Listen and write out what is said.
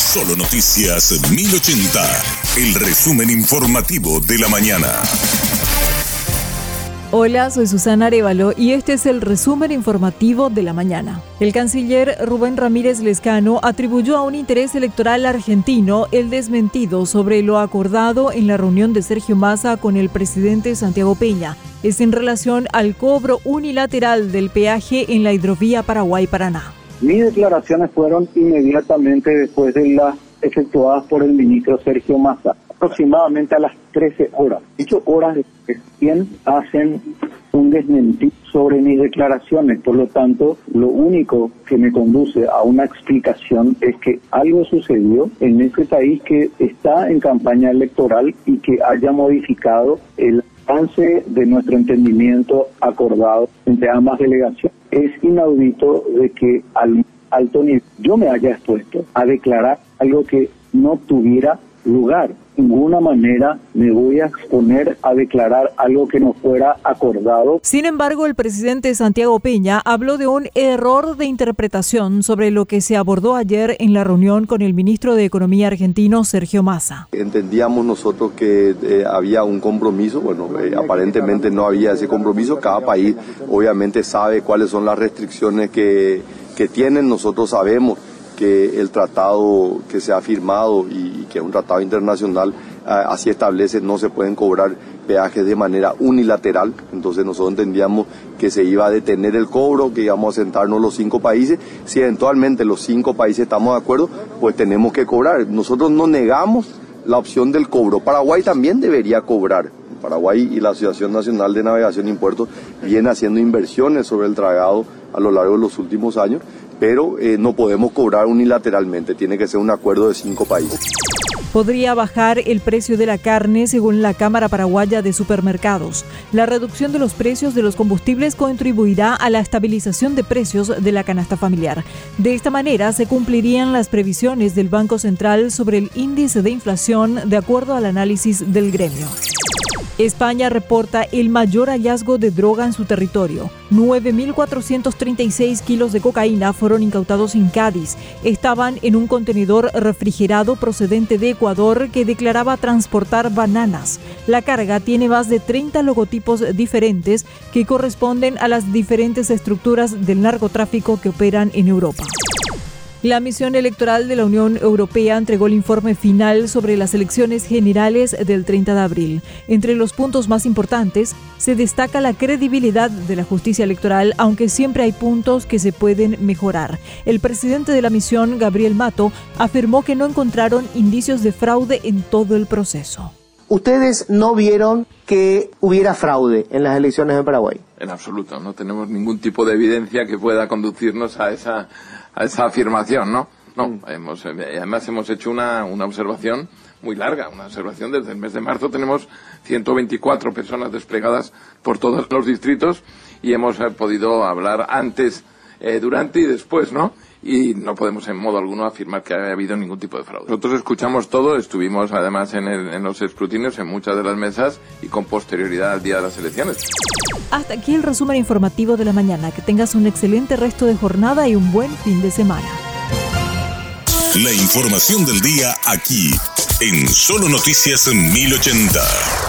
Solo Noticias 1080, el resumen informativo de la mañana. Hola, soy Susana Arévalo y este es el resumen informativo de la mañana. El canciller Rubén Ramírez Lezcano atribuyó a un interés electoral argentino el desmentido sobre lo acordado en la reunión de Sergio Massa con el presidente Santiago Peña. Es en relación al cobro unilateral del peaje en la hidrovía Paraguay-Paraná. Mis declaraciones fueron inmediatamente después de las efectuadas por el ministro Sergio Massa, aproximadamente a las 13 horas. 8 horas de quien hacen un desmentir sobre mis declaraciones. Por lo tanto, lo único que me conduce a una explicación es que algo sucedió en ese país que está en campaña electoral y que haya modificado el avance de nuestro entendimiento acordado entre ambas delegaciones. Es inaudito de que al alto nivel yo me haya expuesto a declarar algo que no tuviera lugar. De ninguna manera me voy a exponer a declarar algo que no fuera acordado. Sin embargo, el presidente Santiago Peña habló de un error de interpretación sobre lo que se abordó ayer en la reunión con el ministro de Economía argentino Sergio Massa. Entendíamos nosotros que había un compromiso, aparentemente no había ese compromiso. Cada país obviamente sabe cuáles son las restricciones que tienen. Nosotros sabemos que el tratado que se ha firmado y que es un tratado internacional así establece, no se pueden cobrar peajes de manera unilateral. Entonces nosotros entendíamos que se iba a detener el cobro, que íbamos a sentarnos los 5 países. Si eventualmente los 5 países estamos de acuerdo, pues tenemos que cobrar. Nosotros no negamos la opción del cobro. Paraguay también debería cobrar. Paraguay y la Asociación Nacional de Navegación y Puertos viene haciendo inversiones sobre el dragado a lo largo de los últimos años, pero no podemos cobrar unilateralmente, tiene que ser un acuerdo de 5 países. Podría bajar el precio de la carne según la Cámara Paraguaya de Supermercados. La reducción de los precios de los combustibles contribuirá a la estabilización de precios de la canasta familiar. De esta manera se cumplirían las previsiones del Banco Central sobre el índice de inflación de acuerdo al análisis del gremio. España reporta el mayor hallazgo de droga en su territorio. 9.436 kilos de cocaína fueron incautados en Cádiz. Estaban en un contenedor refrigerado procedente de Ecuador que declaraba transportar bananas. La carga tiene más de 30 logotipos diferentes que corresponden a las diferentes estructuras del narcotráfico que operan en Europa. La misión electoral de la Unión Europea entregó el informe final sobre las elecciones generales del 30 de abril. Entre los puntos más importantes se destaca la credibilidad de la justicia electoral, aunque siempre hay puntos que se pueden mejorar. El presidente de la misión, Gabriel Mato, afirmó que no encontraron indicios de fraude en todo el proceso. ¿Ustedes no vieron que hubiera fraude en las elecciones en Paraguay? En absoluto, no tenemos ningún tipo de evidencia que pueda conducirnos a esa afirmación, ¿no? No, además hemos hecho una observación muy larga, una observación desde el mes de marzo. Tenemos 124 personas desplegadas por todos los distritos y hemos podido hablar antes, durante y después, ¿no? Y no podemos en modo alguno afirmar que haya habido ningún tipo de fraude. Nosotros escuchamos todo, estuvimos además en los escrutinios en muchas de las mesas y con posterioridad al día de las elecciones. Hasta aquí el resumen informativo de la mañana. Que tengas un excelente resto de jornada y un buen fin de semana. La información del día aquí, en Solo Noticias 1080.